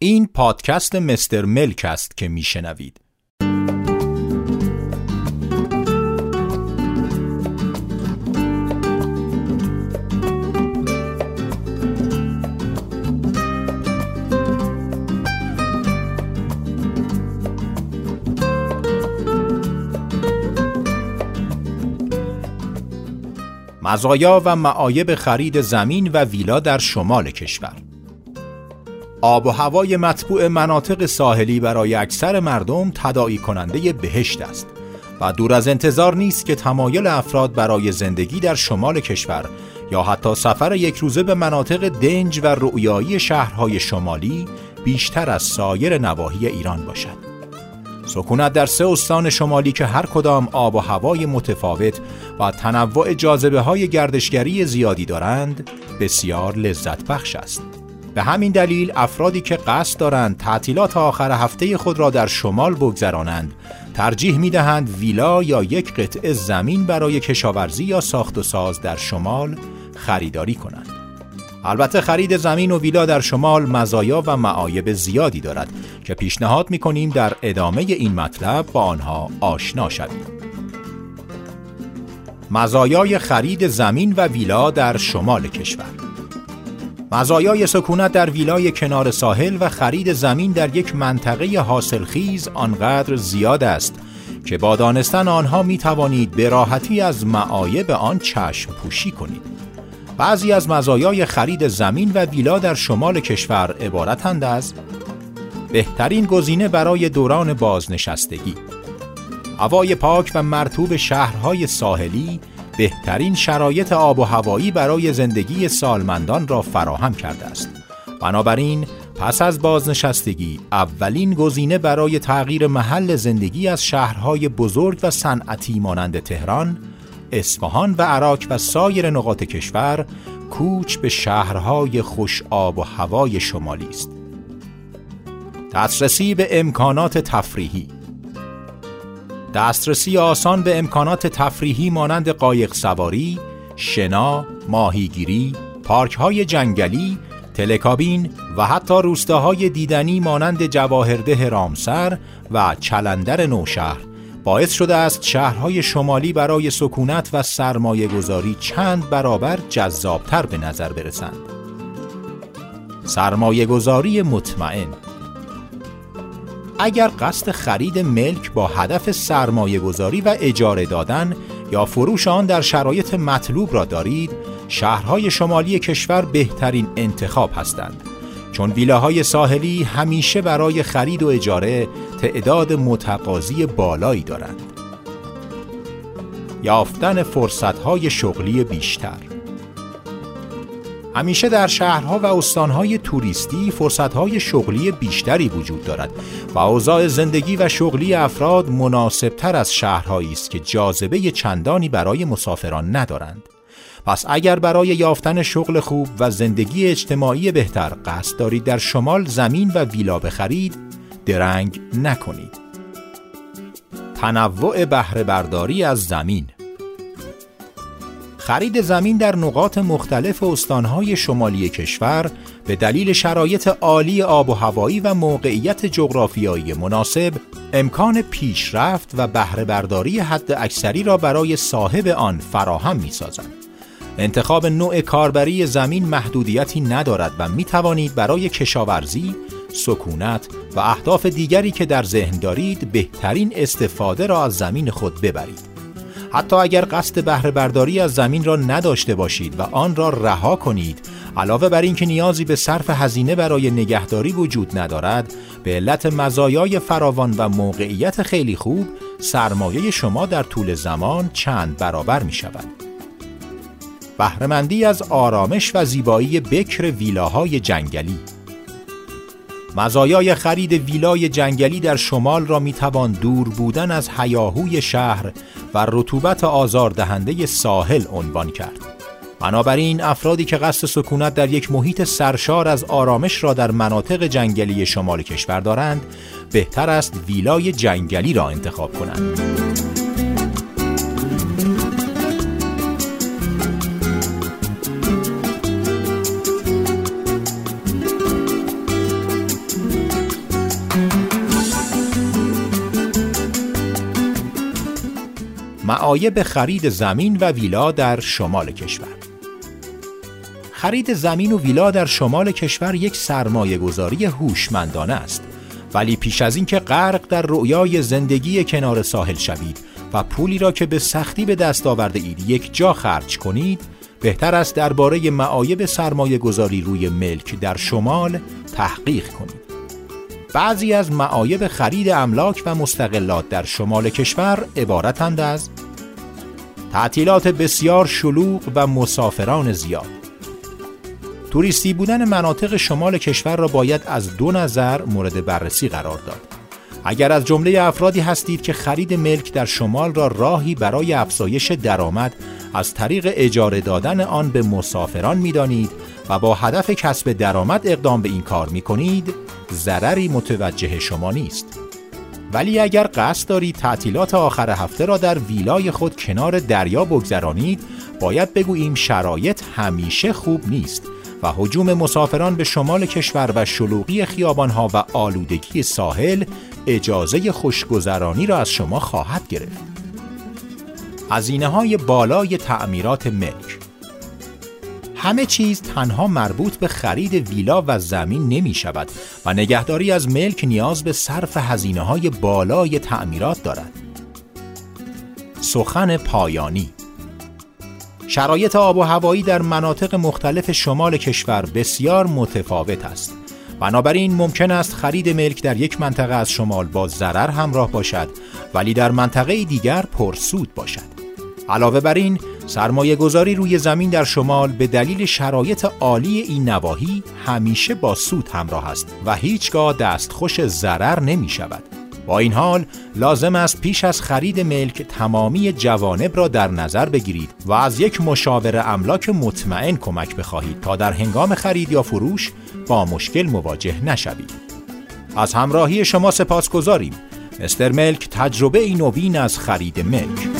این پادکست مستر ملک است که میشنوید. مزایا و معایب خرید زمین و ویلا در شمال کشور. آب و هوای مطبوع مناطق ساحلی برای اکثر مردم تداعی کننده بهشت است و دور از انتظار نیست که تمایل افراد برای زندگی در شمال کشور یا حتی سفر یک روزه به مناطق دنج و رؤیایی شهرهای شمالی بیشتر از سایر نواحی ایران باشد. سکونت در 3 استان شمالی که هر کدام آب و هوای متفاوت و تنوع جاذبه‌های گردشگری زیادی دارند، بسیار لذت بخش است. به همین دلیل افرادی که قصد دارند تعطیلات آخر هفته خود را در شمال بگذرانند، ترجیح می‌دهند ویلا یا یک قطعه زمین برای کشاورزی یا ساخت و ساز در شمال خریداری کنند. البته خرید زمین و ویلا در شمال مزایا و معایب زیادی دارد که پیشنهاد می‌کنیم در ادامه این مطلب با آنها آشنا شوید. مزایای خرید زمین و ویلا در شمال کشور. مزایای سکونت در ویلای کنار ساحل و خرید زمین در یک منطقه حاصلخیز آنقدر زیاد است که با دانستن آنها می توانید به راحتی از معایب آن چشم پوشی کنید. بعضی از مزایای خرید زمین و ویلا در شمال کشور عبارتند از: بهترین گزینه برای دوران بازنشستگی. هوای پاک و مرطوب شهرهای ساحلی بهترین شرایط آب و هوایی برای زندگی سالمندان را فراهم کرده است. بنابراین پس از بازنشستگی اولین گزینه برای تغییر محل زندگی از شهرهای بزرگ و صنعتی مانند تهران، اصفهان و عراق و سایر نقاط کشور کوچ به شهرهای خوش آب و هوای شمالی است. دسترسی به امکانات تفریحی. دسترسی آسان به امکانات تفریحی مانند قایق سواری، شنا، ماهیگیری، پارک‌های جنگلی، تلکابین و حتی روستاهای دیدنی مانند جواهرده رامسر و چلندر نوشهر باعث شده است شهرهای شمالی برای سکونت و سرمایه گذاری چند برابر جذابتر به نظر برسند. سرمایه گذاری مطمئن. اگر قصد خرید ملک با هدف سرمایه گذاری و اجاره دادن یا فروش آن در شرایط مطلوب را دارید، شهرهای شمالی کشور بهترین انتخاب هستند، چون ویلاهای ساحلی همیشه برای خرید و اجاره تعداد متقاضی بالایی دارند. یافتن فرصت‌های شغلی بیشتر. همیشه در شهرها و استانهای توریستی فرصت‌های شغلی بیشتری وجود دارد و اوضاع زندگی و شغلی افراد مناسب‌تر از شهرهایی است که جاذبه چندانی برای مسافران ندارند. پس اگر برای یافتن شغل خوب و زندگی اجتماعی بهتر قصد دارید در شمال زمین و ویلا بخرید، درنگ نکنید. تنوع بهره برداری از زمین. خرید زمین در نقاط مختلف استانهای شمالی کشور به دلیل شرایط عالی آب و هوایی و موقعیت جغرافیایی مناسب امکان پیشرفت و بهره برداری حد اکثری را برای صاحب آن فراهم می‌سازد. انتخاب نوع کاربری زمین محدودیتی ندارد و می توانید برای کشاورزی، سکونت و اهداف دیگری که در ذهن دارید بهترین استفاده را از زمین خود ببرید. حتی اگر قصد بهره برداری از زمین را نداشته باشید و آن را رها کنید، علاوه بر این که نیازی به صرف هزینه برای نگهداری وجود ندارد، به علت مزایای فراوان و موقعیت خیلی خوب، سرمایه شما در طول زمان چند برابر می شود. بهره‌مندی از آرامش و زیبایی بکر ویلاهای جنگلی. مزایای خرید ویلای جنگلی در شمال را میتوان دور بودن از هیاهوی شهر و رطوبت آزاردهنده ساحل عنوان کرد. بنابراین افرادی که قصد سکونت در یک محیط سرشار از آرامش را در مناطق جنگلی شمال کشور دارند، بهتر است ویلای جنگلی را انتخاب کنند. معایب خرید زمین و ویلا در شمال کشور. خرید زمین و ویلا در شمال کشور یک سرمایه‌گذاری هوشمندانه است، ولی پیش از این که غرق در رؤیای زندگی کنار ساحل شوید و پولی را که به سختی به دست آورده اید یک جا خرج کنید، بهتر است درباره معایب سرمایه‌گذاری روی ملک در شمال تحقیق کنید. بعضی از معایب خرید املاک و مستقلات در شمال کشور عبارتند از تعطیلات بسیار شلوغ و مسافران زیاد. توریستی بودن مناطق شمال کشور را باید از دو نظر مورد بررسی قرار داد. اگر از جمله افرادی هستید که خرید ملک در شمال را راهی برای افزایش درآمد از طریق اجاره دادن آن به مسافران می‌دانید و با هدف کسب درآمد اقدام به این کار می‌کنید، ضرری متوجه شما نیست. ولی اگر قصد دارید تعطیلات آخر هفته را در ویلای خود کنار دریا بگذرانید، باید بگوییم شرایط همیشه خوب نیست و هجوم مسافران به شمال کشور و شلوغی خیابان‌ها و آلودگی ساحل اجازه خوشگذرانی را از شما خواهد گرفت. هزینه‌های بالای تعمیرات ملک. همه چیز تنها مربوط به خرید ویلا و زمین نمی شود و نگهداری از ملک نیاز به صرف هزینه‌های بالای تعمیرات دارد. سخن پایانی. شرایط آب و هوایی در مناطق مختلف شمال کشور بسیار متفاوت است. بنابراین ممکن است خرید ملک در یک منطقه از شمال با ضرر همراه باشد، ولی در منطقه دیگر پرسود باشد. علاوه بر این، سرمایه گذاری روی زمین در شمال به دلیل شرایط عالی این نواحی همیشه با سود همراه است و هیچگاه دستخوش ضرر نمی شود. با این حال لازم است پیش از خرید ملک تمامی جوانب را در نظر بگیرید و از یک مشاور املاک مطمئن کمک بخواهید تا در هنگام خرید یا فروش با مشکل مواجه نشوید. از همراهی شما سپاسگزاریم. مستر ملک، تجربه نوین از خرید ملک.